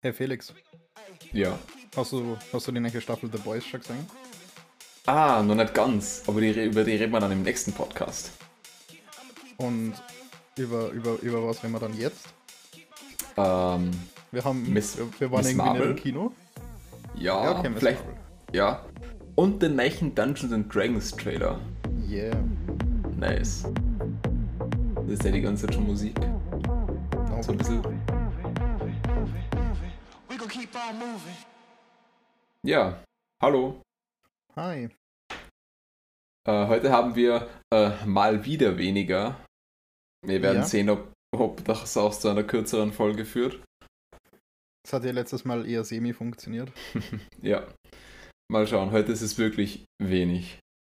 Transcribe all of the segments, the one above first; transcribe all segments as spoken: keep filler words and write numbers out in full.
Hey Felix, Ja. hast du, hast du die nächste Staffel The Boys schon gesehen? Ah, noch nicht ganz, aber die, über die reden wir dann im nächsten Podcast. Und über, über, über was reden wir dann jetzt? Ähm, Wir haben, Miss, wir, wir waren Miss irgendwie nicht im Marvel? Kino. Ja, Ja, okay, Miss vielleicht, Marvel. ja. Und den neuen Dungeons and Dragons Trailer. Yeah. Nice. Das ist ja die ganze Zeit schon Musik. Nope. So ein bisschen. Ja, hallo. Hi. Äh, heute haben wir äh, mal wieder weniger. Wir werden Ja, sehen, ob, ob das auch zu einer kürzeren Folge führt. das hat ja letztes Mal eher semi funktioniert. Ja, mal schauen. Heute ist es wirklich wenig.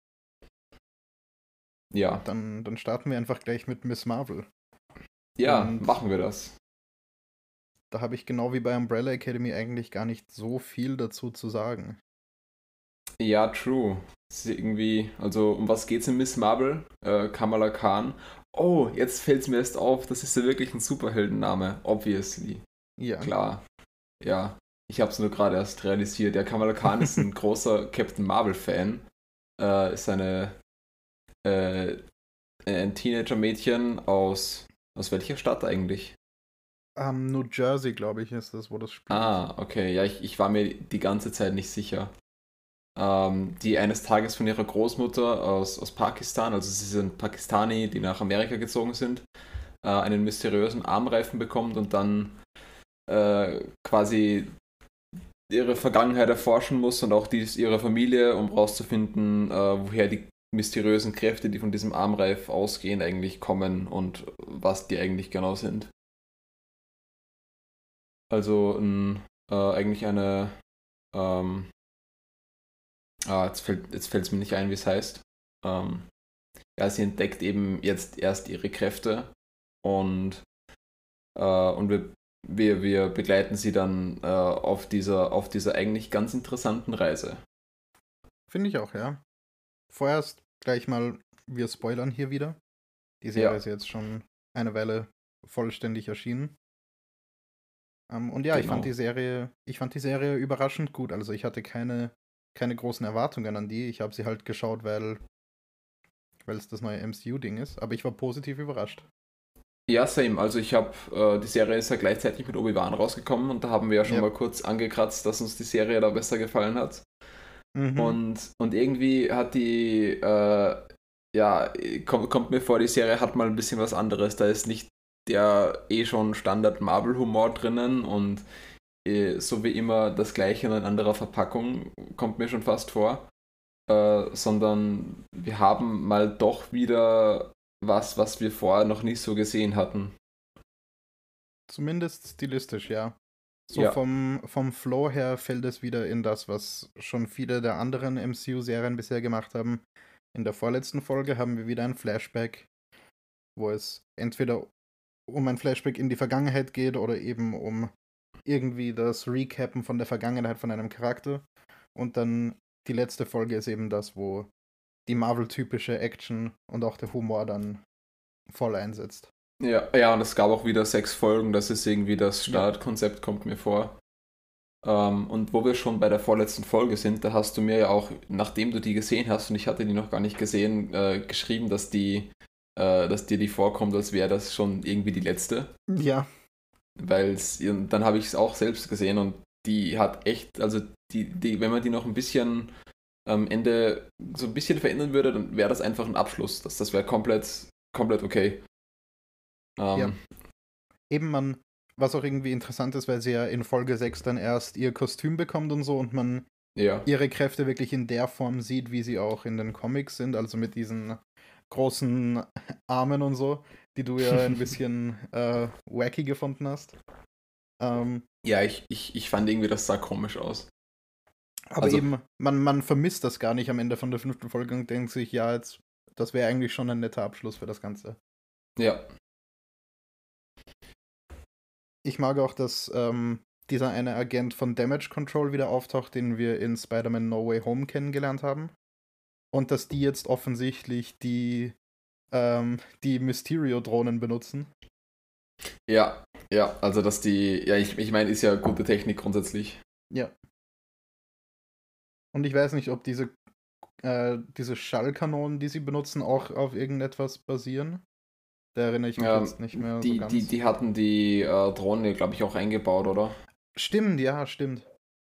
Ja, Dann, dann starten wir einfach gleich mit Miss Marvel. ja, Und machen wir das. da habe ich genau wie bei Umbrella Academy eigentlich gar nicht so viel dazu zu sagen. Ja, true. Es ist irgendwie, also um was geht's in Miss Marvel? Äh, Kamala Khan. Oh, jetzt fällt's mir erst auf, das ist ja wirklich ein Superheldenname, obviously. Ja. Klar, ja. Ich hab's nur gerade erst realisiert. Ja, Kamala Khan ist ein großer Captain Marvel-Fan. Äh, ist eine, äh, ein Teenager-Mädchen aus, aus welcher Stadt eigentlich? Ähm, New Jersey, glaube ich, ist das, wo das spielt. Ah, okay. Ja, ich, ich war mir die ganze Zeit nicht sicher. ähm, die eines Tages von ihrer Großmutter aus, aus Pakistan, also sie sind Pakistani, die nach Amerika gezogen sind, äh, einen mysteriösen Armreifen bekommt und dann äh, quasi ihre Vergangenheit erforschen muss und auch dies ihrer Familie, um herauszufinden, äh, woher die mysteriösen Kräfte, die von diesem Armreif ausgehen, eigentlich kommen und was die eigentlich genau sind. Also ein, äh, eigentlich eine ähm, Ah, jetzt fällt jetzt fällt es mir nicht ein, wie es heißt. Ähm, ja, sie entdeckt eben jetzt erst ihre Kräfte und, äh, und wir, wir, wir begleiten sie dann äh, auf dieser, auf dieser eigentlich ganz interessanten Reise. Finde ich auch, ja. Vorerst gleich mal, wir spoilern hier wieder. Die Serie Ja, ist jetzt schon eine Weile vollständig erschienen. Ähm, und ja, ich fand die genau. Serie, ich fand die Serie überraschend gut. Also ich hatte keine, keine großen Erwartungen an die. Ich habe sie halt geschaut, weil, weil es das neue M C U-Ding ist. Aber ich war positiv überrascht. Ja, same. Also ich habe, äh, die Serie ist ja gleichzeitig mit Obi-Wan rausgekommen und da haben wir ja schon Ja. mal kurz angekratzt, dass uns die Serie da besser gefallen hat. Mhm. Und, und irgendwie hat die, äh, ja, kommt, kommt mir vor, die Serie hat mal ein bisschen was anderes. Da ist nicht der eh schon Standard-Marvel-Humor drinnen und eh, so wie immer das gleiche in einer anderer Verpackung, kommt mir schon fast vor. Äh, sondern wir haben mal doch wieder was, was wir vorher noch nicht so gesehen hatten. Zumindest stilistisch, ja. So Ja, vom, vom Flow her fällt es wieder in das, was schon viele der anderen M C U-Serien bisher gemacht haben. In der vorletzten Folge haben wir wieder ein Flashback, wo es entweder um ein Flashback in die Vergangenheit geht oder eben um irgendwie das Recappen von der Vergangenheit von einem Charakter. Und dann die letzte Folge ist eben das, wo die Marvel-typische Action und auch der Humor dann voll einsetzt. ja, ja, und es gab auch wieder sechs Folgen, das ist irgendwie das Ja. Standardkonzept, kommt mir vor. Ähm, und wo wir schon bei der vorletzten Folge sind, da hast du mir ja auch, nachdem du die gesehen hast, und ich hatte die noch gar nicht gesehen, äh, geschrieben, dass die, äh, dass dir die vorkommt, als wäre das schon irgendwie die letzte. Ja, Weil dann habe ich es auch selbst gesehen und die hat echt, also die, die, wenn man die noch ein bisschen am Ende so ein bisschen verändern würde, dann wäre das einfach ein Abschluss. Das, das wäre komplett, komplett okay. ja. Ähm, Eben man, was auch irgendwie interessant ist, weil sie ja in Folge sechs dann erst ihr Kostüm bekommt und so und man ja. ihre Kräfte wirklich in der Form sieht, wie sie auch in den Comics sind, also mit diesen großen Armen und so, die du ja ein bisschen äh, wacky gefunden hast. Ähm, Ja, ich, ich, ich fand irgendwie, das sah komisch aus. aber Also, eben, man, man vermisst das gar nicht am Ende von der fünften Folge und denkt sich, ja, jetzt, das wäre eigentlich schon ein netter Abschluss für das Ganze. ja. Ich mag auch, dass ähm, dieser eine Agent von Damage Control wieder auftaucht, den wir in Spider-Man No Way Home kennengelernt haben. Und dass die jetzt offensichtlich die, ähm, die Mysterio-Drohnen benutzen. Ja, ja, also dass die, ja, ich, ich meine, ist ja gute Technik grundsätzlich. Ja. Und ich weiß nicht, ob diese, äh, diese Schallkanonen, die sie benutzen, auch auf irgendetwas basieren. Da erinnere ich mich Ähm, jetzt nicht mehr so die, die, ganz. die hatten die äh, Drohne, glaube ich, auch eingebaut, oder? Stimmt, ja, stimmt.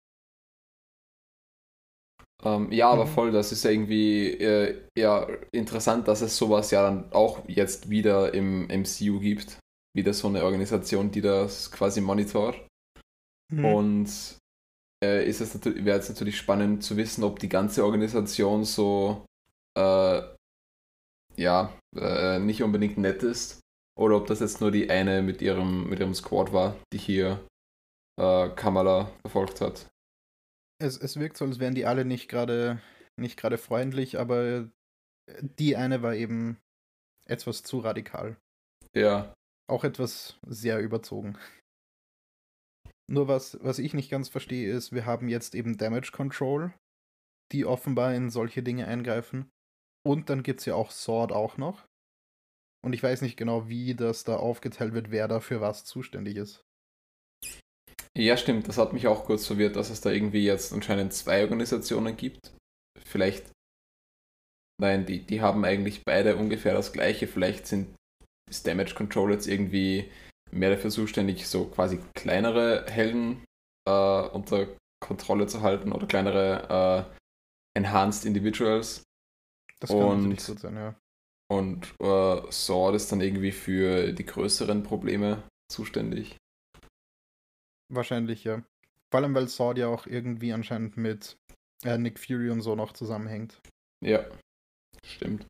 Ähm, ja, aber Mhm. voll, das ist ja irgendwie äh, ja interessant, dass es sowas ja dann auch jetzt wieder im M C U gibt. Wieder so eine Organisation, die das quasi monitort. Mhm. Und äh, ist es natürlich, wäre jetzt natürlich spannend zu wissen, ob die ganze Organisation so äh, ja äh, nicht unbedingt nett ist. Oder ob das jetzt nur die eine mit ihrem, mit ihrem Squad war, die hier äh, Kamala verfolgt hat. Es, es wirkt so, als wären die alle nicht gerade nicht gerade freundlich, aber die eine war eben etwas zu radikal. Ja, Auch etwas sehr überzogen. Nur was, was ich nicht ganz verstehe, ist, wir haben jetzt eben Damage Control, die offenbar in solche Dinge eingreifen. Und dann gibt es ja auch Sword auch noch. Und ich weiß nicht genau, wie das da aufgeteilt wird, wer da für was zuständig ist. ja, stimmt. Das hat mich auch kurz verwirrt, dass es da irgendwie jetzt anscheinend zwei Organisationen gibt. Vielleicht, nein, die, die haben eigentlich beide ungefähr das gleiche. Vielleicht sind ist Damage Control jetzt irgendwie mehr dafür zuständig, so quasi kleinere Helden äh, unter Kontrolle zu halten oder kleinere äh, Enhanced Individuals. Das kann natürlich Und, gut sein, ja. und äh, Sword ist dann irgendwie für die größeren Probleme zuständig. Wahrscheinlich, ja. Vor allem, weil Sword ja auch irgendwie anscheinend mit äh, Nick Fury und so noch zusammenhängt. Ja, stimmt.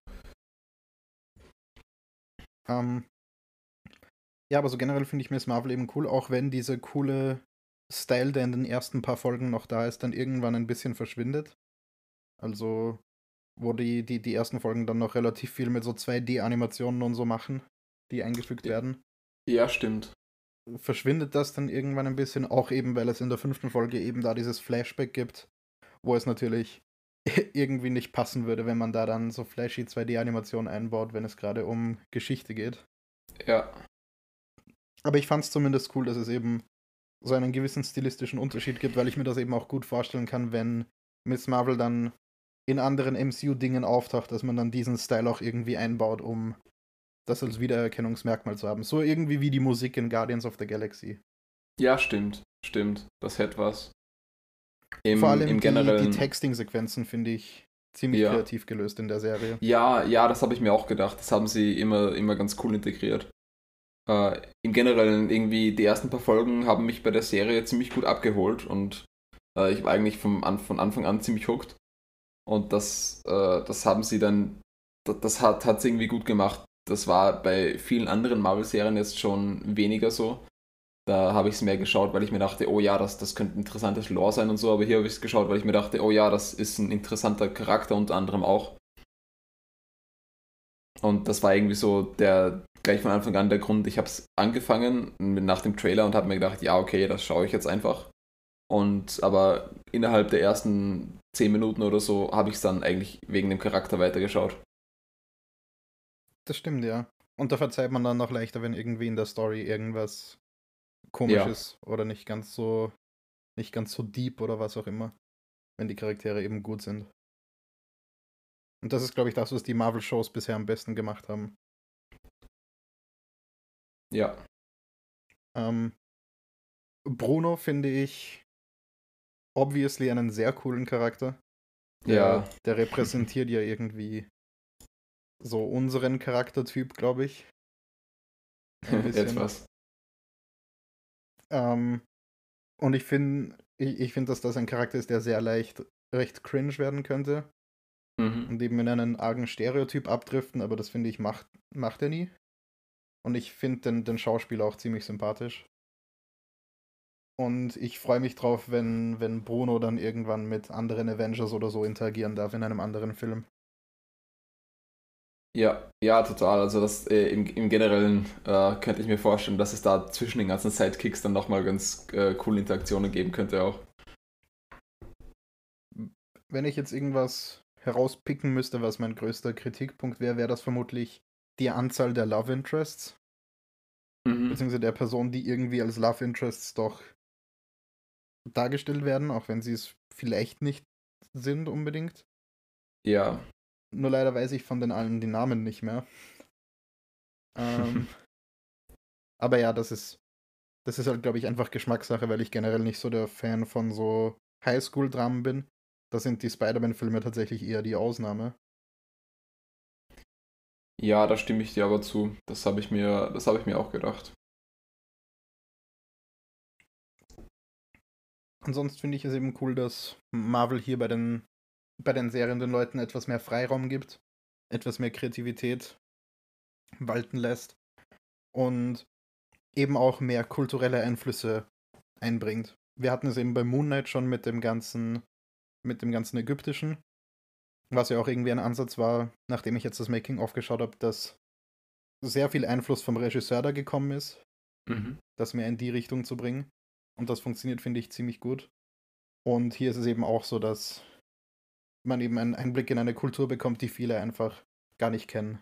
Ähm, ja, aber so generell finde ich Miss Marvel eben cool, auch wenn diese coole Style, der in den ersten paar Folgen noch da ist, dann irgendwann ein bisschen verschwindet. Also, wo die, die, die ersten Folgen dann noch relativ viel mit so zwei D-Animationen und so machen, die eingefügt werden. Ja, stimmt. Verschwindet das dann irgendwann ein bisschen, auch eben, weil es in der fünften Folge eben da dieses Flashback gibt, wo es natürlich irgendwie nicht passen würde, wenn man da dann so flashy zwei D-Animationen einbaut, wenn es gerade um Geschichte geht. Ja, Aber ich fand es zumindest cool, dass es eben so einen gewissen stilistischen Unterschied gibt, weil ich mir das eben auch gut vorstellen kann, wenn Miss Marvel dann in anderen M C U-Dingen auftaucht, dass man dann diesen Style auch irgendwie einbaut, um das als Wiedererkennungsmerkmal zu haben. So irgendwie wie die Musik in Guardians of the Galaxy. ja, stimmt. Stimmt. Das hätte was. Vor Im, allem im die, die generellen, Texting-Sequenzen finde ich ziemlich ja. kreativ gelöst in der Serie. Ja, ja, das habe ich mir auch gedacht. Das haben sie immer, immer ganz cool integriert. Äh, Im Generellen irgendwie die ersten paar Folgen haben mich bei der Serie ziemlich gut abgeholt und äh, ich war eigentlich vom An von Anfang an ziemlich hooked. Und das, äh, das haben sie dann, das, das hat, hat sie irgendwie gut gemacht. Das war bei vielen anderen Marvel-Serien jetzt schon weniger so. Da habe ich es mehr geschaut, weil ich mir dachte, oh ja, das, das könnte ein interessantes Lore sein und so. Aber hier habe ich es geschaut, weil ich mir dachte, oh ja, das ist ein interessanter Charakter unter anderem auch. Und das war irgendwie so der, gleich von Anfang an der Grund, ich habe es angefangen nach dem Trailer und habe mir gedacht, ja, okay, das schaue ich jetzt einfach. Und aber innerhalb der ersten zehn Minuten oder so habe ich es dann eigentlich wegen dem Charakter weitergeschaut. Das stimmt, ja. Und da verzeiht man dann noch leichter, wenn irgendwie in der Story irgendwas komisch Ja, ist oder nicht ganz so, nicht ganz so deep oder was auch immer, wenn die Charaktere eben gut sind. Und das ist, glaube ich, das, was die Marvel-Shows bisher am besten gemacht haben. ja, Ähm, Bruno finde ich obviously einen sehr coolen Charakter. Der, ja, der repräsentiert ja irgendwie so unseren Charaktertyp, glaube ich. Ein bisschen. etwas. Ähm, und ich finde, ich, ich finde, dass das ein Charakter ist, der sehr leicht recht cringe werden könnte. Mhm. Und eben in einen argen Stereotyp abdriften, aber das finde ich, macht, macht er nie. Und ich finde den, den Schauspieler auch ziemlich sympathisch. Und ich freue mich drauf, wenn, wenn Bruno dann irgendwann mit anderen Avengers oder so interagieren darf in einem anderen Film. Ja, ja, total. Also das äh, im, im Generellen äh, könnte ich mir vorstellen, dass es da zwischen den ganzen Sidekicks dann nochmal ganz äh, coole Interaktionen geben könnte auch. Wenn ich jetzt irgendwas herauspicken müsste, was mein größter Kritikpunkt wäre, wäre das vermutlich die Anzahl der Love Interests. Mhm. beziehungsweise der Person, die irgendwie als Love Interests doch dargestellt werden, auch wenn sie es vielleicht nicht sind unbedingt. Ja. Nur leider weiß ich von den allen die Namen nicht mehr. Ähm, aber ja, das ist, das ist halt, glaube ich, einfach Geschmackssache, weil ich generell nicht so der Fan von so Highschool-Dramen bin. Da sind die Spider-Man-Filme tatsächlich eher die Ausnahme. Ja, da stimme ich dir aber zu. Das habe ich mir, das habe ich mir auch gedacht. Und sonst finde ich es eben cool, dass Marvel hier bei den, bei den Serien den Leuten etwas mehr Freiraum gibt, etwas mehr Kreativität walten lässt und eben auch mehr kulturelle Einflüsse einbringt. Wir hatten es eben bei Moon Knight schon mit dem ganzen, mit dem ganzen Ägyptischen, was ja auch irgendwie ein Ansatz war, nachdem ich jetzt das Making-of geschaut habe, dass sehr viel Einfluss vom Regisseur da gekommen ist, Mhm. das mehr in die Richtung zu bringen. Und das funktioniert, finde ich, ziemlich gut. Und hier ist es eben auch so, dass man eben einen Einblick in eine Kultur bekommt, die viele einfach gar nicht kennen.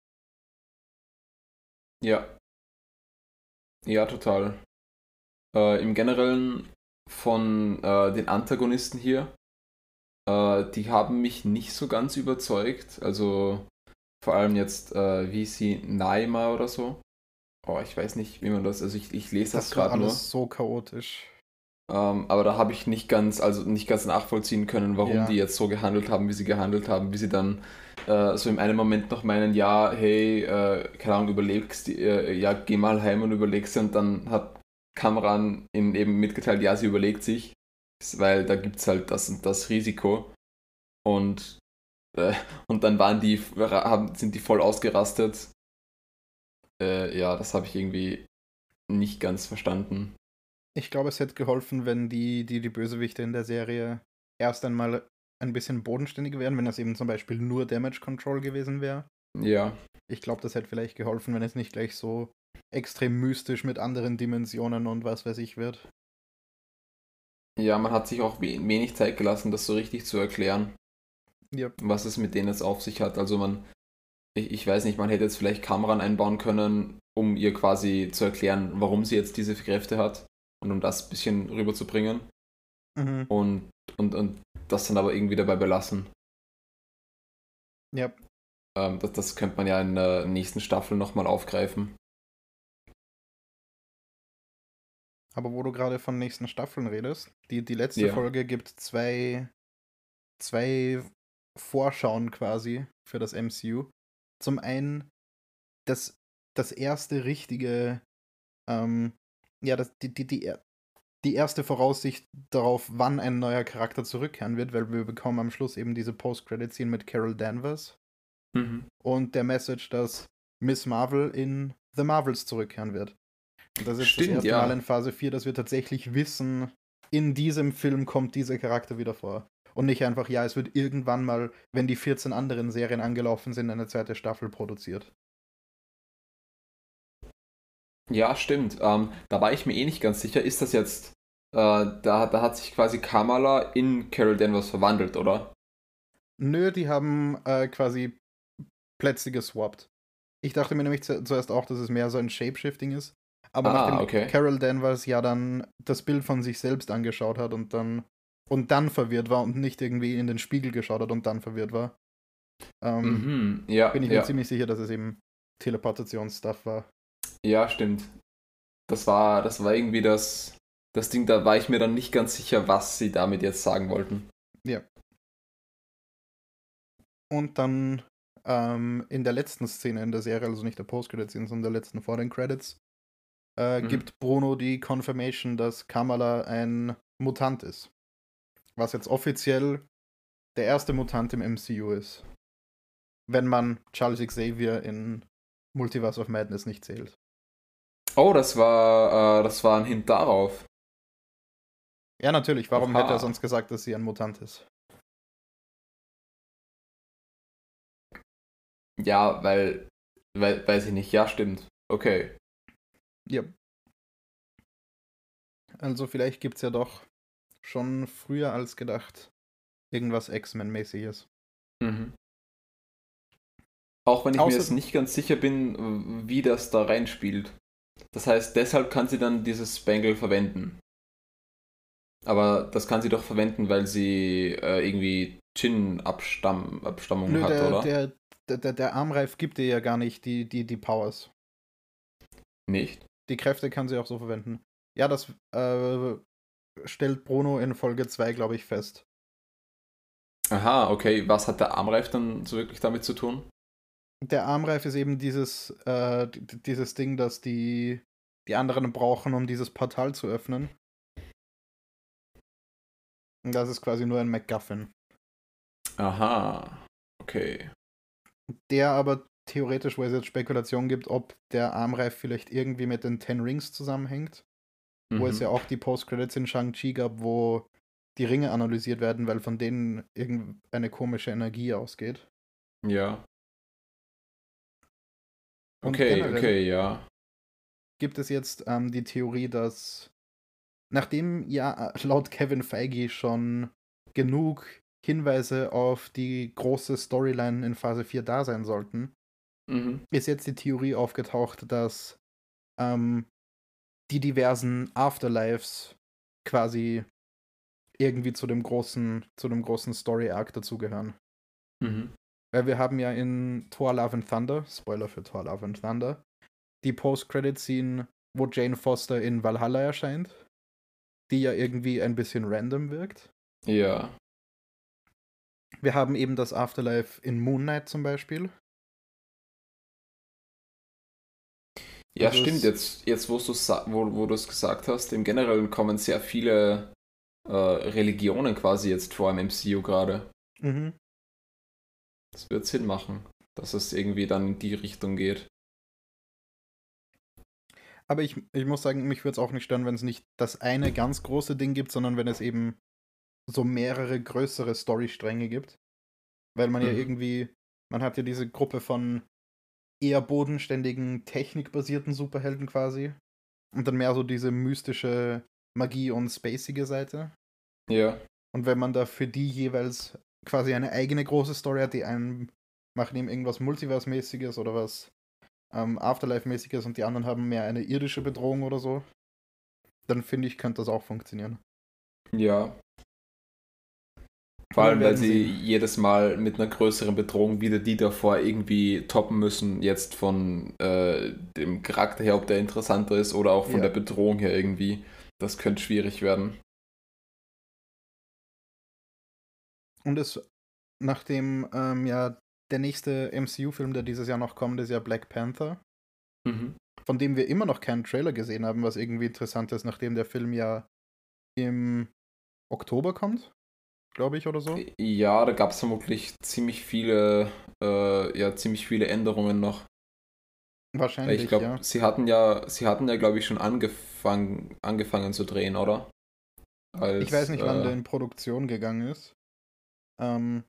Ja, ja, total. Äh, im Generellen von äh, den Antagonisten hier, äh, die haben mich nicht so ganz überzeugt. Also vor allem jetzt, äh, wie ist sie, Naima oder so. Oh, ich weiß nicht, wie man das, also ich, ich lese das Das war gerade nur. alles so chaotisch. Ähm, aber da habe ich nicht ganz, also nicht ganz nachvollziehen können, warum die Ja, jetzt so gehandelt haben, wie sie gehandelt haben, wie sie dann äh, so im einen Moment noch meinen, ja, hey, äh, keine Ahnung, überlegst, äh, ja, geh mal heim und überlegst und dann hat Kamran ihnen eben mitgeteilt, ja, sie überlegt sich, weil da gibt es halt das und das Risiko und, äh, und dann waren die, haben, sind die voll ausgerastet. Äh, ja, das habe ich irgendwie nicht ganz verstanden. ich glaube, es hätte geholfen, wenn die, die, die Bösewichte in der Serie erst einmal ein bisschen bodenständig wären, wenn das eben zum Beispiel nur Damage Control gewesen wäre. Ja. Ich glaube, das hätte vielleicht geholfen, wenn es nicht gleich so extrem mystisch mit anderen Dimensionen und was weiß ich wird. Ja, man hat sich auch we- wenig Zeit gelassen, das so richtig zu erklären, Ja. was es mit denen jetzt auf sich hat. Also man, ich, ich weiß nicht, man hätte jetzt vielleicht Kameran einbauen können, um ihr quasi zu erklären, warum sie jetzt diese Kräfte hat und um das ein bisschen rüberzubringen Mhm. und, und, und das dann aber irgendwie dabei belassen. Ja. Ähm, das, das könnte man ja in der nächsten Staffel nochmal aufgreifen. Aber wo du gerade von nächsten Staffeln redest, die, die letzte Ja. Folge gibt zwei, zwei Vorschauen quasi für das M C U. Zum einen das, das erste richtige, ähm, ja, das, die, die, die, die erste Voraussicht darauf, wann ein neuer Charakter zurückkehren wird, weil wir bekommen am Schluss eben diese Post-Credit-Scene mit Carol Danvers Mhm. und der Message, dass Miss Marvel in The Marvels zurückkehren wird. Und das ist jetzt das Stimmt, erste Mal ja. in Phase vier, dass wir tatsächlich wissen, in diesem Film kommt dieser Charakter wieder vor. Und nicht einfach, ja, es wird irgendwann mal, wenn die vierzehn anderen Serien angelaufen sind, eine zweite Staffel produziert. Ja, stimmt. Ähm, da war ich mir eh nicht ganz sicher. Ist das jetzt, äh, da, da hat sich quasi Kamala in Carol Danvers verwandelt, oder? Nö, die haben äh, quasi Plätze geswappt. Ich dachte mir nämlich zu, zuerst auch, dass es mehr so ein Shapeshifting ist. Aber Ah, nachdem okay. Carol Danvers ja dann das Bild von sich selbst angeschaut hat und dann und dann verwirrt war und nicht irgendwie in den Spiegel geschaut hat und dann verwirrt war, ähm, Mhm, ja, bin ich mir ja. ziemlich sicher, dass es eben Teleportationsstuff war. Ja, stimmt. Das war, das war irgendwie das, das Ding, da war ich mir dann nicht ganz sicher, was sie damit jetzt sagen wollten. Ja. Und dann ähm, in der letzten Szene in der Serie, also nicht der Post-Credit-Szene, sondern der letzten vor den Credits, äh, Mhm. gibt Bruno die Confirmation, dass Kamala ein Mutant ist. Was jetzt offiziell der erste Mutant im M C U ist. Wenn man Charles Xavier in Multiverse of Madness nicht zählt. Oh, das war, äh, das war ein Hint darauf. Ja, natürlich. Warum hätte er Oha. sonst gesagt, dass sie ein Mutant ist? Ja, weil, weil, weiß ich nicht. Ja, stimmt. Okay. Ja. Also vielleicht gibt es ja doch schon früher als gedacht irgendwas X-Men-mäßiges. Mhm. Auch wenn ich mir Außer, jetzt nicht ganz sicher bin, wie das da reinspielt. Das heißt, deshalb kann sie dann dieses Spangle verwenden. Aber das kann sie doch verwenden, weil sie äh, irgendwie Jin-Abstammung Nö, hat, der, oder? der, der, der der Armreif gibt ihr ja gar nicht die, die, die Powers. Nicht? Die Kräfte kann sie auch so verwenden. Ja, das äh, stellt Bruno in Folge zwei, glaube ich, fest. Aha, okay. Was hat der Armreif dann so wirklich damit zu tun? Der Armreif ist eben dieses, äh, d- d- dieses Ding, das die, die anderen brauchen, um dieses Portal zu öffnen. Und das ist quasi nur ein MacGuffin. Aha, okay. Der aber theoretisch, wo es jetzt Spekulation gibt, ob der Armreif vielleicht irgendwie mit den Ten Rings zusammenhängt. Wo es Mhm. ja auch die Post-Credits in Shang-Chi gab, wo die Ringe analysiert werden, weil von denen irgendeine komische Energie ausgeht. Ja. Und Okay, generell okay, ja. gibt es jetzt ähm, die Theorie, dass nachdem ja äh, laut Kevin Feige schon genug Hinweise auf die große Storyline in Phase vier da sein sollten, Mhm. ist jetzt die Theorie aufgetaucht, dass ähm, die diversen Afterlives quasi irgendwie zu dem großen, zu dem großen Story-Arc dazugehören. Mhm. Weil wir haben ja in Thor Love and Thunder, Spoiler für Thor Love and Thunder, die Post-Credit-Scene, wo Jane Foster in Valhalla erscheint, die ja irgendwie ein bisschen random wirkt. Ja. Wir haben eben das Afterlife in Moon Knight zum Beispiel. Ja, Also stimmt. es, Jetzt, jetzt wo du wo, wo du es gesagt hast, im Generellen kommen sehr viele äh, Religionen quasi jetzt vor im M C U gerade. mhm. Das wird Sinn machen, dass es irgendwie dann in die Richtung geht. Aber ich, ich muss sagen, mich würde es auch nicht stören, wenn es nicht das eine ganz große Ding gibt, sondern wenn es eben so mehrere größere Storystränge gibt. Weil man ja Mhm. irgendwie, man hat ja diese Gruppe von eher bodenständigen, technikbasierten Superhelden quasi. Und dann mehr so diese mystische Magie und spacige Seite. Ja, Und wenn man da für die jeweils quasi eine eigene große Story hat, die einen machen eben irgendwas Multiverse-mäßiges oder was ähm, Afterlife-mäßiges und die anderen haben mehr eine irdische Bedrohung oder so, dann finde ich, könnte das auch funktionieren. ja. Vor Aber wir allem, weil werden sie sehen. jedes Mal mit einer größeren Bedrohung wieder die davor irgendwie toppen müssen, jetzt von äh, dem Charakter her, ob der interessanter ist oder auch von der Ja. Bedrohung her irgendwie. Das könnte schwierig werden. Und es, nachdem ähm, ja der nächste M C U-Film, der dieses Jahr noch kommt, ist ja Black Panther, Mhm. von dem wir immer noch keinen Trailer gesehen haben, was irgendwie interessant ist, nachdem der Film ja im Oktober kommt, glaube ich, oder so. Ja, da gab es vermutlich ziemlich viele, äh, ja, ziemlich viele Änderungen noch. Weil ich Wahrscheinlich, glaube, ja. sie hatten ja, sie hatten ja, glaube ich, schon angefangen, angefangen zu drehen, oder? Ich weiß Als, nicht, wann äh, der in Produktion gegangen ist. Ähm,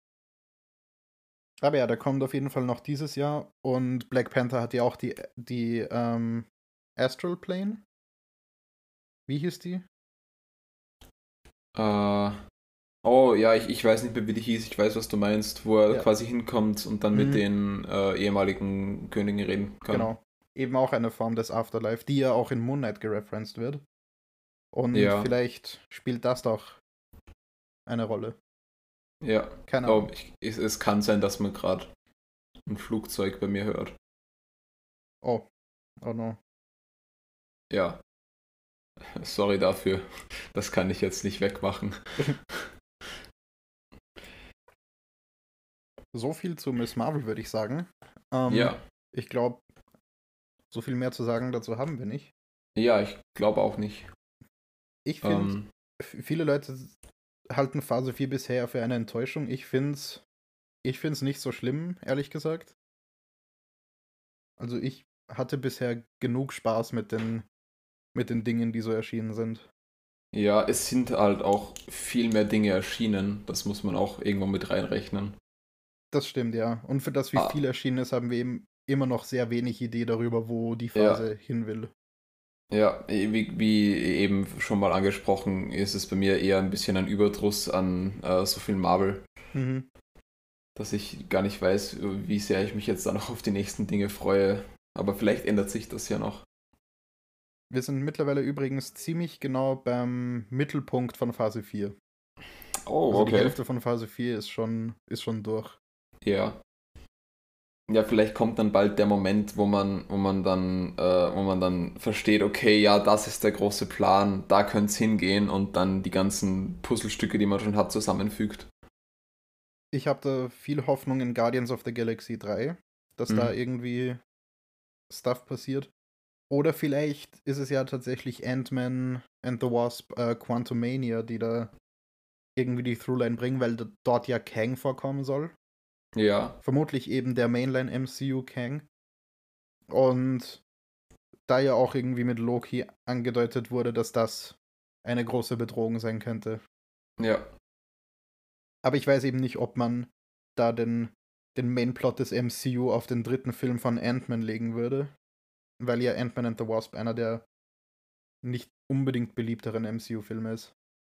aber ja, der kommt auf jeden Fall noch dieses Jahr. Und Black Panther hat ja auch die, die ähm, Astral Plane. Wie hieß die? äh, oh ja, ich, ich weiß nicht mehr, wie die hieß, ich weiß, was du meinst, wo er Ja. quasi hinkommt und dann mit Mhm, den äh, ehemaligen Königen reden kann. genau. Eben auch eine Form des Afterlife, die ja auch in Moon Knight gereferenced wird. Und Ja, vielleicht spielt das doch eine Rolle. ja. Keine Oh, Ahnung. ich, es, es kann sein, dass man gerade ein Flugzeug bei mir hört. Oh, oh no. Ja, sorry dafür. Das kann ich jetzt nicht wegmachen. So viel zu Miss Marvel, würde ich sagen. Ähm, Ja, ich glaube, so viel mehr zu sagen dazu haben wir nicht. ja, ich glaube auch nicht. Ich finde, Ähm, viele Leute halten Phase vier bisher für eine Enttäuschung. Ich finde es ich find's nicht so schlimm, ehrlich gesagt. Also ich hatte bisher genug Spaß mit den, mit den Dingen, die so erschienen sind. ja, es sind halt auch viel mehr Dinge erschienen. Das muss man auch irgendwo mit reinrechnen. Das stimmt, ja. Und für das, wie Ah, viel erschienen ist, haben wir eben immer noch sehr wenig Idee darüber, wo die ja, Phase hin will. ja, wie, wie eben schon mal angesprochen, ist es bei mir eher ein bisschen ein Überdruss an äh, so viel Marvel, Mhm. dass ich gar nicht weiß, wie sehr ich mich jetzt dann noch auf die nächsten Dinge freue. Aber vielleicht ändert sich das ja noch. Wir sind mittlerweile übrigens ziemlich genau beim Mittelpunkt von Phase vier. Oh, Also die okay. Hälfte von Phase vier ist schon, ist schon durch. Ja. Ja, vielleicht kommt dann bald der Moment, wo man, wo man dann, äh, wo man dann versteht, okay, ja, das ist der große Plan, da könnte es hingehen und dann die ganzen Puzzlestücke, die man schon hat, zusammenfügt. Ich habe da viel Hoffnung in Guardians of the Galaxy drei, dass da Mhm. irgendwie Stuff passiert. Oder vielleicht ist es ja tatsächlich Ant-Man and the Wasp äh, Quantumania, die da irgendwie die Throughline bringen, weil d- dort ja Kang vorkommen soll. Ja, Vermutlich eben der Mainline-M C U Kang. Und da ja auch irgendwie mit Loki angedeutet wurde, dass das eine große Bedrohung sein könnte. ja. Aber ich weiß eben nicht, ob man da den, den Mainplot des M C U auf den dritten Film von Ant-Man legen würde, weil ja Ant-Man and the Wasp einer der nicht unbedingt beliebteren M C U-Filme ist.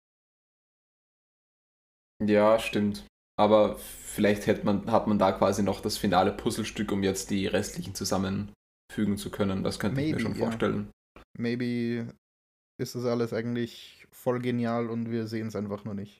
Ja, stimmt. Aber vielleicht hätte man, hat man da quasi noch das finale Puzzlestück, um jetzt die restlichen zusammenfügen zu können. Das könnte ich mir Maybe, schon ja. vorstellen. Maybe ist das alles eigentlich voll genial und wir sehen es einfach nur nicht.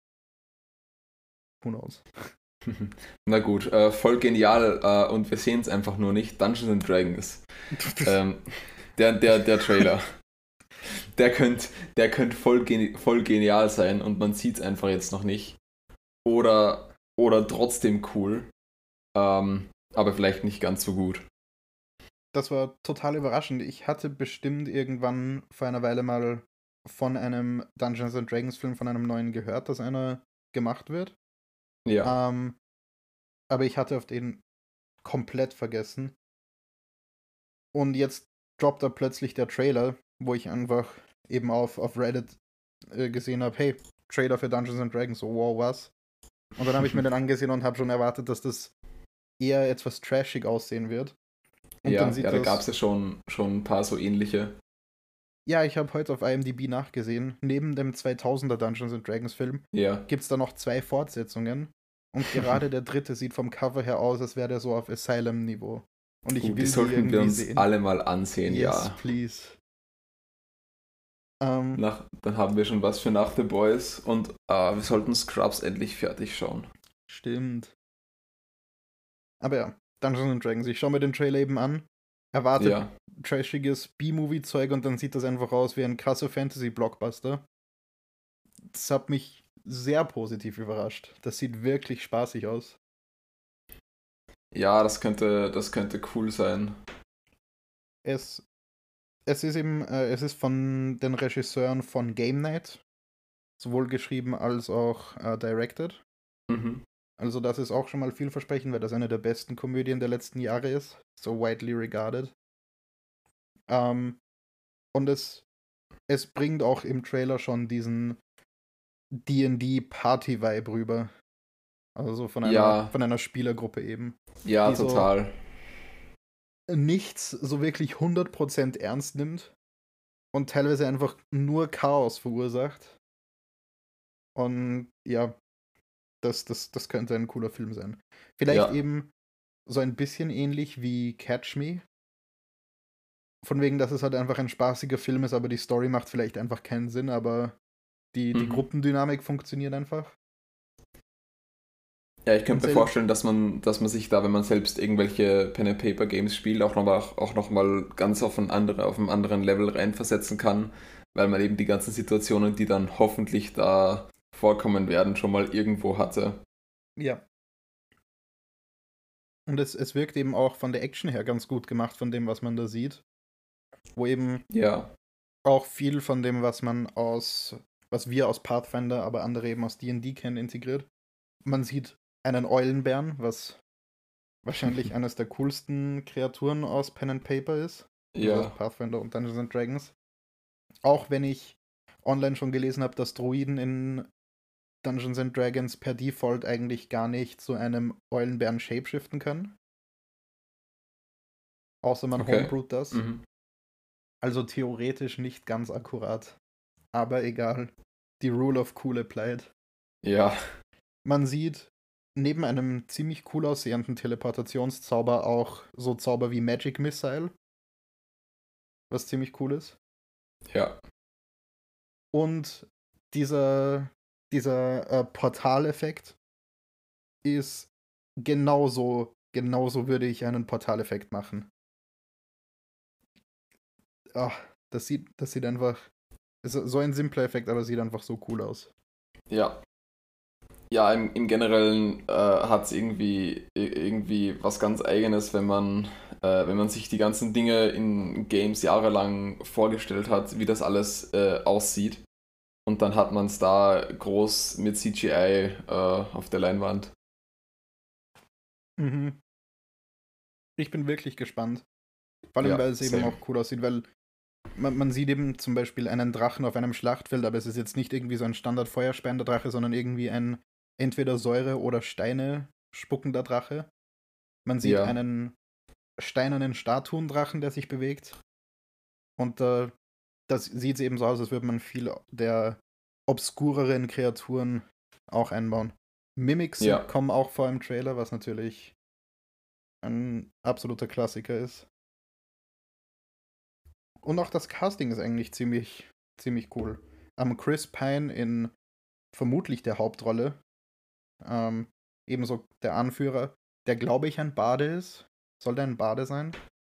Who knows? Na gut, äh, voll genial äh, und wir sehen es einfach nur nicht. Dungeons and Dragons. Ähm, der, der, der Trailer. Der könnte der könnt voll, geni voll genial sein und man sieht es einfach jetzt noch nicht. Oder, oder trotzdem cool. Ähm, aber vielleicht nicht ganz so gut. Das war total überraschend. Ich hatte bestimmt irgendwann vor einer Weile mal von einem Dungeons and Dragons Film, von einem neuen gehört, dass einer gemacht wird. Ja. Ähm, aber ich hatte auf den komplett vergessen. Und jetzt droppt da plötzlich der Trailer, wo ich einfach eben auf, auf Reddit äh, gesehen habe, hey, Trailer für Dungeons and Dragons, so wow, was? Und dann habe ich mir den angesehen und habe schon erwartet, dass das eher etwas trashig aussehen wird. Und dann Ja, sieht ja, da gab es das. ja schon, schon ein paar so ähnliche. Ja, ich habe heute auf I M D B nachgesehen. Neben dem zweitausender Dungeons and Dragons Film Ja. gibt es da noch zwei Fortsetzungen. Und gerade der dritte sieht vom Cover her aus, als wäre der so auf Asylum-Niveau. Und ich Uh, die will die sollten wir irgendwie uns sehen. alle mal ansehen, Yes, ja. please. Ähm, Nach, dann haben wir schon was für nach The Boys und äh, wir sollten Scrubs endlich fertig schauen. stimmt. Aber ja, Dungeons and Dragons. Ich schaue mir den Trailer eben an, erwartet Ja, trashiges B-Movie-Zeug und dann sieht das einfach aus wie ein krasser Fantasy-Blockbuster. Das hat mich sehr positiv überrascht. Das sieht wirklich spaßig aus. ja, das könnte, das könnte cool sein. Es, es ist eben, äh, es ist von den Regisseuren von Game Night, sowohl geschrieben als auch äh, directed. Mhm. Also das ist auch schon mal vielversprechend, weil das eine der besten Komödien der letzten Jahre ist. So widely regarded. Ähm, und es, es bringt auch im Trailer schon diesen D und D-Party-Vibe rüber. Also so von einer, Ja, von einer Spielergruppe eben. ja, Die so total. nichts so wirklich hundert Prozent ernst nimmt und teilweise einfach nur Chaos verursacht. Und ja, das, das, das könnte ein cooler Film sein. Vielleicht Ja. eben so ein bisschen ähnlich wie Catch Me. Von wegen, dass es halt einfach ein spaßiger Film ist, aber die Story macht vielleicht einfach keinen Sinn, aber die, die Mhm. Gruppendynamik funktioniert einfach. Ja, ich Und könnte mir selbst, vorstellen, dass man, dass man sich da, wenn man selbst irgendwelche Pen-and-Paper-Games spielt, auch nochmal auch noch mal ganz auf ein andere, auf einem anderen Level reinversetzen kann, weil man eben die ganzen Situationen, die dann hoffentlich da vorkommen werden, schon mal irgendwo hatte. ja. Und es, es wirkt eben auch von der Action her ganz gut gemacht, von dem, was man da sieht. Wo eben Ja, auch viel von dem, was man aus, was wir aus Pathfinder, aber andere eben aus D und D kennen, integriert. Man sieht einen Eulenbären, was wahrscheinlich eines der coolsten Kreaturen aus Pen and Paper ist. Also aus ja, Pathfinder und Dungeons and Dragons. Auch wenn ich online schon gelesen habe, dass Druiden in Dungeons and Dragons per Default eigentlich gar nicht zu einem Eulenbären shapeshiften können. Außer man okay. homebrewt das. Mhm. Also theoretisch nicht ganz akkurat. Aber egal. Die Rule of Cool applied. Ja, Man sieht neben einem ziemlich cool aussehenden Teleportationszauber auch so Zauber wie Magic Missile. was ziemlich cool ist. Ja. Und dieser, dieser äh, Portaleffekt ist genauso, genauso würde ich einen Portaleffekt machen. Ach, das sieht, das sieht einfach, ist so ein simpler Effekt, aber sieht einfach so cool aus. Ja. Ja, im, im Generellen äh, hat es irgendwie, irgendwie was ganz Eigenes, wenn man, äh, wenn man sich die ganzen Dinge in Games jahrelang vorgestellt hat, wie das alles äh, aussieht. Und dann hat man es da groß mit C G I äh, auf der Leinwand. Mhm. Ich bin wirklich gespannt. Vor allem, Ja, weil es eben same. auch cool aussieht, weil man, man sieht eben zum Beispiel einen Drachen auf einem Schlachtfeld, aber es ist jetzt nicht irgendwie so ein Standard-feuerspeiender Drache, sondern irgendwie ein entweder Säure- oder Steine spuckender Drache. Man sieht Ja, einen steinernen Statuendrachen, der sich bewegt. Und äh, das sieht eben so aus, als würde man viel der obskureren Kreaturen auch einbauen. Mimics sind, ja, kommen auch vor im Trailer, was natürlich ein absoluter Klassiker ist. Und auch das Casting ist eigentlich ziemlich, ziemlich cool. Ähm, Chris Pine in vermutlich der Hauptrolle, ähm, ebenso der Anführer, der glaube ich ein Bade ist. Soll der ein Bade sein?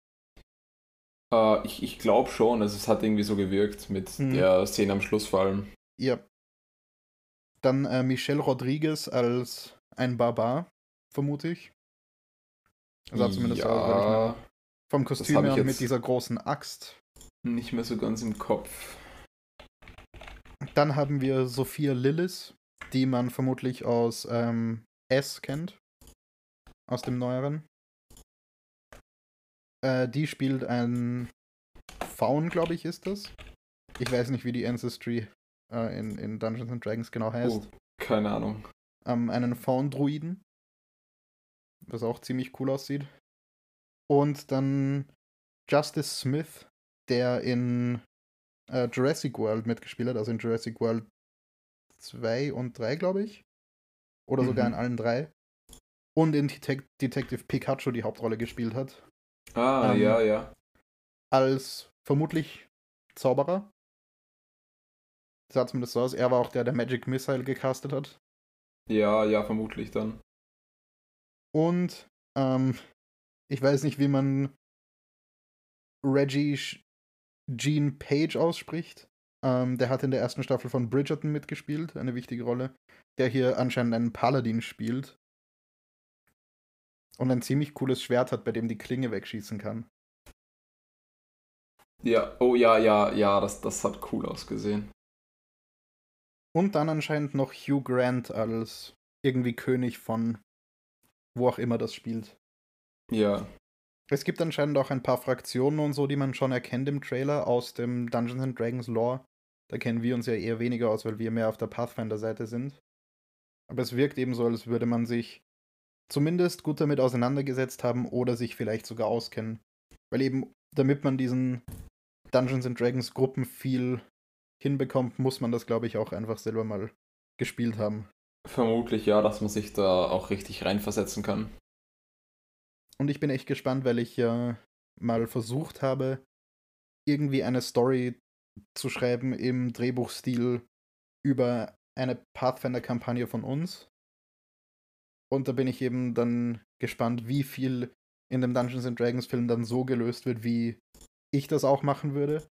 Äh, ich ich glaube schon, also es hat irgendwie so gewirkt mit Mhm. der Szene am Schluss vor allem. Ja. Dann äh, Michelle Rodriguez als ein Barbar, vermute ich. Sah zumindest so aus, weil ich mir Ja, vom das Kostüm habe her ich und mit jetzt dieser großen Axt. nicht mehr so ganz im Kopf. Dann haben wir Sophia Lillis, die man vermutlich aus ähm, S kennt, aus dem Neueren. Äh, die spielt ein Faun, glaube ich, ist das. Ich weiß nicht, wie die Ancestry äh, in, in Dungeons and Dragons genau Oh, heißt. keine Ahnung. Ähm, einen Faun-Druiden, was auch ziemlich cool aussieht. Und dann Justice Smith, der in äh, Jurassic World mitgespielt hat, also in Jurassic World zwei und drei, glaube ich. Oder sogar in Mhm. allen drei. Und in Detec Detective Pikachu die Hauptrolle gespielt hat. Ah, ja, Ähm, ja. als vermutlich Zauberer. Das sah zumindest so aus. Er war auch der, der Magic Missile gecastet hat. Ja, ja, vermutlich dann. Und ähm, ich weiß nicht, wie man Reggie Jean Page ausspricht. Ähm, der hat in der ersten Staffel von Bridgerton mitgespielt, eine wichtige Rolle. Der hier anscheinend einen Paladin spielt. Und ein ziemlich cooles Schwert hat, bei dem die Klinge wegschießen kann. Ja, oh ja, ja, ja, das, das hat cool ausgesehen. Und dann anscheinend noch Hugh Grant als irgendwie König von wo auch immer das spielt. Ja, Es gibt anscheinend auch ein paar Fraktionen und so, die man schon erkennt im Trailer aus dem Dungeons and Dragons Lore. Da kennen wir uns ja eher weniger aus, weil wir mehr auf der Pathfinder-Seite sind. Aber es wirkt eben so, als würde man sich zumindest gut damit auseinandergesetzt haben oder sich vielleicht sogar auskennen. Weil eben, damit man diesen Dungeons and Dragons Gruppen viel hinbekommt, muss man das, glaube ich, auch einfach selber mal gespielt haben. vermutlich ja, dass man sich da auch richtig reinversetzen kann. Und ich bin echt gespannt, weil ich ja mal versucht habe, irgendwie eine Story zu schreiben im Drehbuchstil über eine Pathfinder-Kampagne von uns. Und da bin ich eben dann gespannt, wie viel in dem Dungeons and Dragons Film dann so gelöst wird, wie ich das auch machen würde.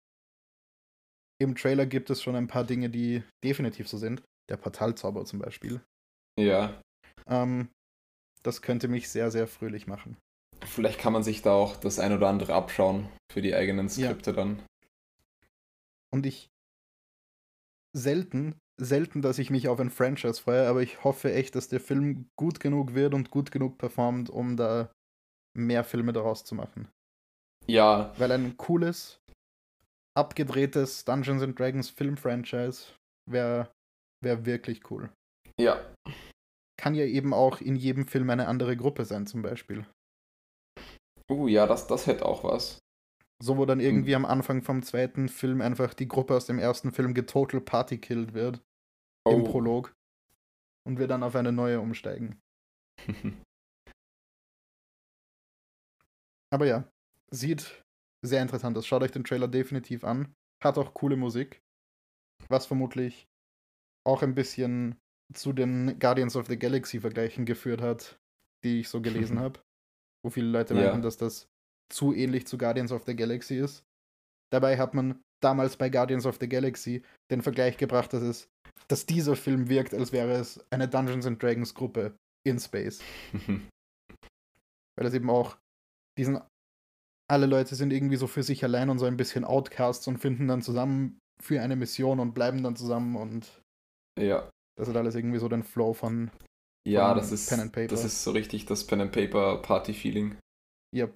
Im Trailer gibt es schon ein paar Dinge, die definitiv so sind. Der Portalzauber zum Beispiel. Ja, Ähm, das könnte mich sehr, sehr fröhlich machen. vielleicht kann man sich da auch das ein oder andere abschauen für die eigenen Ja, Skripte dann. und ich selten, selten, dass ich mich auf ein Franchise freue, aber ich hoffe echt, dass der Film gut genug wird und gut genug performt, um da mehr Filme daraus zu machen. Ja, Weil ein cooles, abgedrehtes Dungeons and Dragons Film-Franchise wäre wär wirklich cool. ja. Kann ja eben auch in jedem Film eine andere Gruppe sein, zum Beispiel. Uh, ja, das, das hätte auch was. So, wo dann irgendwie Hm. am Anfang vom zweiten Film einfach die Gruppe aus dem ersten Film getotal party killed wird. Im Oh. Prolog. Und wir dann auf eine neue umsteigen. Aber ja, sieht sehr interessant aus. Schaut euch den Trailer definitiv an. Hat auch coole Musik, was vermutlich auch ein bisschen zu den Guardians of the Galaxy-Vergleichen geführt hat, die ich so gelesen habe, wo viele Leute meinten, Ja. dass das zu ähnlich zu Guardians of the Galaxy ist. Dabei hat man damals bei Guardians of the Galaxy den Vergleich gebracht, dass es, dass dieser Film wirkt, als wäre es eine Dungeons and Dragons Gruppe in Space. Weil es eben auch diesen, alle Leute sind irgendwie so für sich allein und so ein bisschen Outcasts und finden dann zusammen für eine Mission und bleiben dann zusammen und Ja. das hat alles irgendwie so den Flow von, Ja, von das ist, Pen and Paper. das ist so richtig das Pen and Paper Party-Feeling. Yep.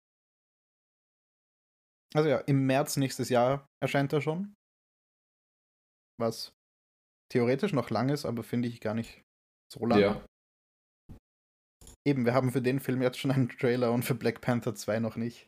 Also ja, im März nächstes Jahr erscheint er schon. Was theoretisch noch lang ist, aber finde ich gar nicht so lang. Ja. Eben, wir haben für den Film jetzt schon einen Trailer und für Black Panther zwei noch nicht.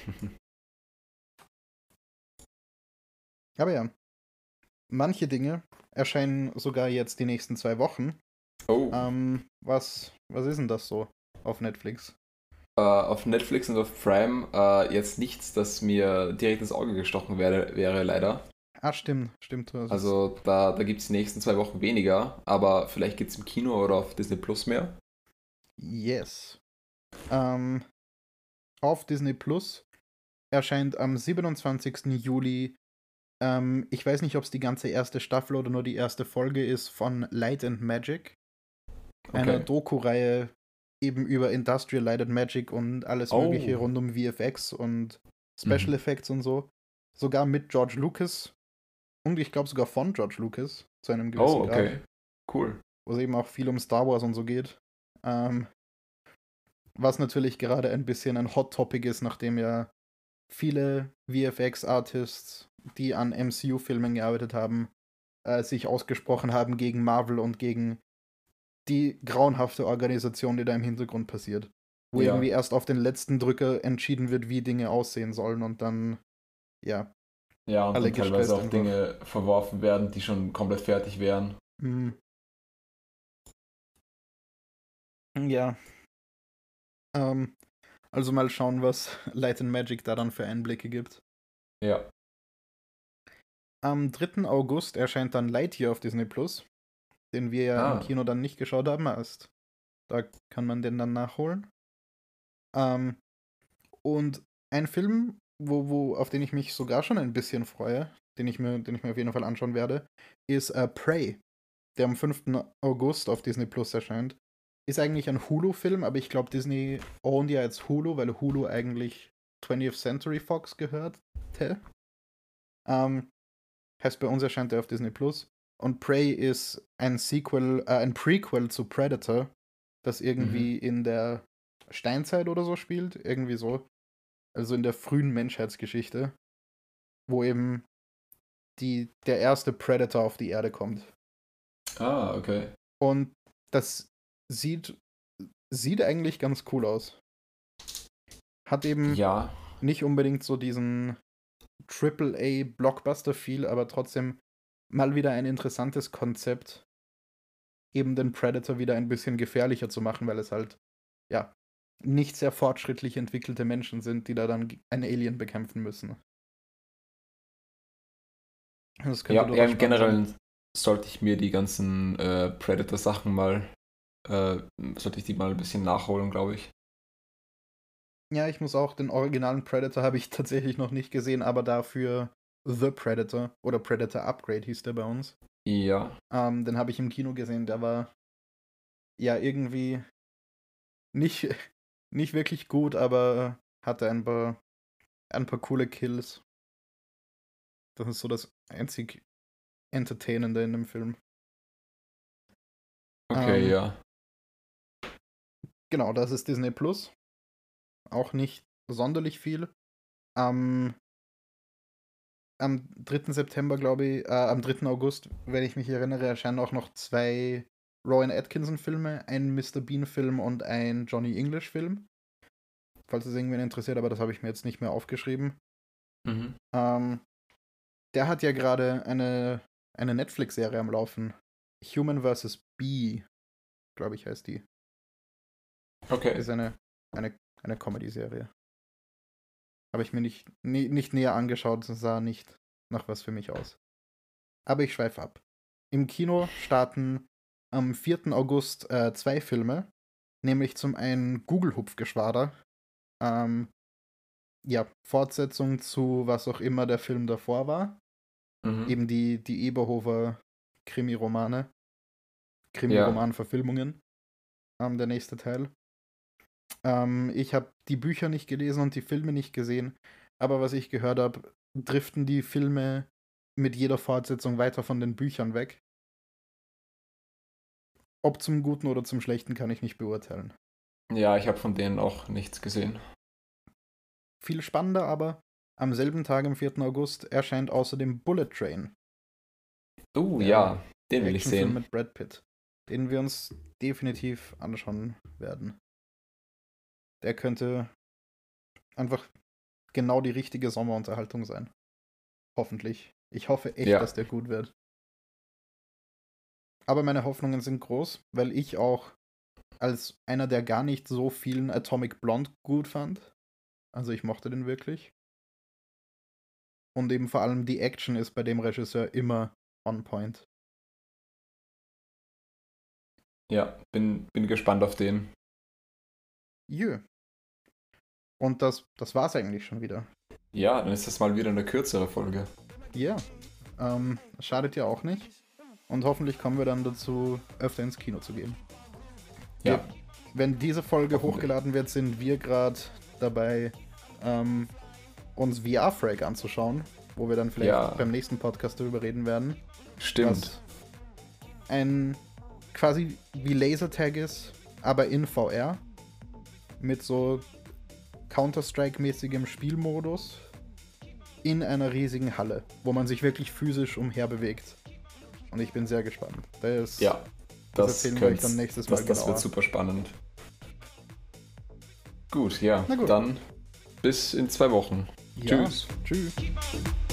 Aber ja, manche Dinge erscheinen sogar jetzt die nächsten zwei Wochen. Oh. Ähm, was, was ist denn das so auf Netflix? Äh, auf Netflix und auf Prime äh, jetzt nichts, das mir direkt ins Auge gestochen wäre, wäre leider. Ah, stimmt, stimmt. das ist- Also da, da gibt es die nächsten zwei Wochen weniger, aber vielleicht gibt es im Kino oder auf Disney Plus mehr. Yes. Ähm, auf Disney Plus erscheint am siebenundzwanzigsten Juli, ähm, ich weiß nicht, ob es die ganze erste Staffel oder nur die erste Folge ist, von Light and Magic. Eine Okay. Doku-Reihe eben über Industrial Light and Magic und alles Oh. mögliche rund um V F X und Special Mhm. Effects und so. Sogar mit George Lucas und ich glaube sogar von George Lucas zu einem gewissen Oh, Grad. okay. Cool. Wo es eben auch viel um Star Wars und so geht. Ähm, was natürlich gerade ein bisschen ein Hot Topic ist, nachdem ja viele V F X-Artists, die an M C U-Filmen gearbeitet haben, äh, sich ausgesprochen haben gegen Marvel und gegen die grauenhafte Organisation, die da im Hintergrund passiert. Wo Ja. irgendwie erst auf den letzten Drücker entschieden wird, wie Dinge aussehen sollen und dann, ja. Ja, und Alle dann teilweise gestresst auch einfach. Dinge verworfen werden, die schon komplett fertig wären. Hm. Ja. Ähm, also mal schauen, was Light and Magic da dann für Einblicke gibt. Ja. Am dritten August erscheint dann Lightyear auf Disney Plus, den wir ja Ah. im Kino dann nicht geschaut haben erst. Da kann man den dann nachholen. Ähm, und ein Film, wo, wo, auf den ich mich sogar schon ein bisschen freue, den ich mir, den ich mir auf jeden Fall anschauen werde, ist äh, Prey, der am fünften August auf Disney Plus erscheint. Ist eigentlich ein Hulu-Film, aber ich glaube, Disney owned ja jetzt Hulu, weil Hulu eigentlich twentieth Century Fox gehörte. Ähm, heißt, bei uns erscheint er auf Disney Plus. Und Prey ist ein Sequel, äh, ein Prequel zu Predator, das irgendwie Mhm. in der Steinzeit oder so spielt. Irgendwie so. Also in der frühen Menschheitsgeschichte. Wo eben die, der erste Predator auf die Erde kommt. Ah, okay. Und das sieht, sieht eigentlich ganz cool aus. Hat eben Ja. nicht unbedingt so diesen Triple A Blockbuster-Feel, aber trotzdem mal wieder ein interessantes Konzept, eben den Predator wieder ein bisschen gefährlicher zu machen, weil es halt, ja, nicht sehr fortschrittlich entwickelte Menschen sind, die da dann ein Alien bekämpfen müssen. Das könnte Ja, ja, durchaus im spannend sein. Generellen sollte ich mir die ganzen äh, Predator-Sachen mal, äh, sollte ich die mal ein bisschen nachholen, glaube ich. Ja, ich muss auch, den originalen Predator habe ich tatsächlich noch nicht gesehen, aber dafür The Predator oder Predator Upgrade hieß der bei uns. Ja. Ähm, den habe ich im Kino gesehen, der war ja irgendwie nicht, nicht wirklich gut, aber hatte ein paar, ein paar coole Kills. Das ist so das einzig Entertainende in dem Film. Okay, Ähm, ja. Genau, das ist Disney Plus. Auch nicht sonderlich viel. Am, am dritten September, glaube ich, äh, am dritten August, wenn ich mich erinnere, erscheinen auch noch zwei Rowan Atkinson-Filme, ein Mister Bean-Film und ein Johnny English-Film. Falls es irgendwen interessiert, aber das habe ich mir jetzt nicht mehr aufgeschrieben. Mhm. Ähm, der hat ja gerade eine, eine Netflix-Serie am Laufen. Human versus. Bee, glaube ich, heißt die. Okay. Ist eine, eine, eine Comedy-Serie. Habe ich mir nicht, nie, nicht näher angeschaut, es sah nicht nach was für mich aus. Aber ich schweife ab. Im Kino starten am vierten August äh, zwei Filme, nämlich zum einen Google-Hupfgeschwader, ähm, ja, Fortsetzung zu was auch immer der Film davor war, Mhm. eben die, die Eberhofer Krimi-Romane, Ja. Krimi-Roman-Verfilmungen, ähm, der nächste Teil. Ähm, ich habe die Bücher nicht gelesen und die Filme nicht gesehen, aber was ich gehört habe, driften die Filme mit jeder Fortsetzung weiter von den Büchern weg. Ob zum Guten oder zum Schlechten kann ich nicht beurteilen. Ja, ich habe von denen auch nichts gesehen. Viel spannender aber, am selben Tag, am vierten August, erscheint außerdem Bullet Train. Uh, Der ja, den will ich Actionfilm sehen. mit Brad Pitt, den wir uns definitiv anschauen werden. Der könnte einfach genau die richtige Sommerunterhaltung sein. Hoffentlich. Ich hoffe echt, Ja. dass der gut wird. Aber meine Hoffnungen sind groß, weil ich auch als einer der gar nicht so vielen Atomic Blonde gut fand. Also ich mochte den wirklich. Und eben vor allem die Action ist bei dem Regisseur immer on point. Ja, bin, bin gespannt auf den. Jö. Und das, das war's eigentlich schon wieder. Ja, dann ist das mal wieder eine kürzere Folge. Ja. Ähm, schadet ja auch nicht. Und hoffentlich kommen wir dann dazu, öfter ins Kino zu gehen. Ja. Wir, wenn diese Folge Hoffentlich. hochgeladen wird, sind wir gerade dabei, ähm, uns V R-Frag anzuschauen, wo wir dann vielleicht Ja. beim nächsten Podcast darüber reden werden. Stimmt. Was ein quasi wie Lasertag ist, aber in V R. Mit so Counter-Strike-mäßigem Spielmodus in einer riesigen Halle, wo man sich wirklich physisch umherbewegt. Und ich bin sehr gespannt. Das, Ja, das das, erzählen wir euch könnt's- dann nächstes Mal das, das genauer. wird super spannend. Gut, ja, Na gut. dann bis in zwei Wochen. Ja. Tschüss. Tschüss.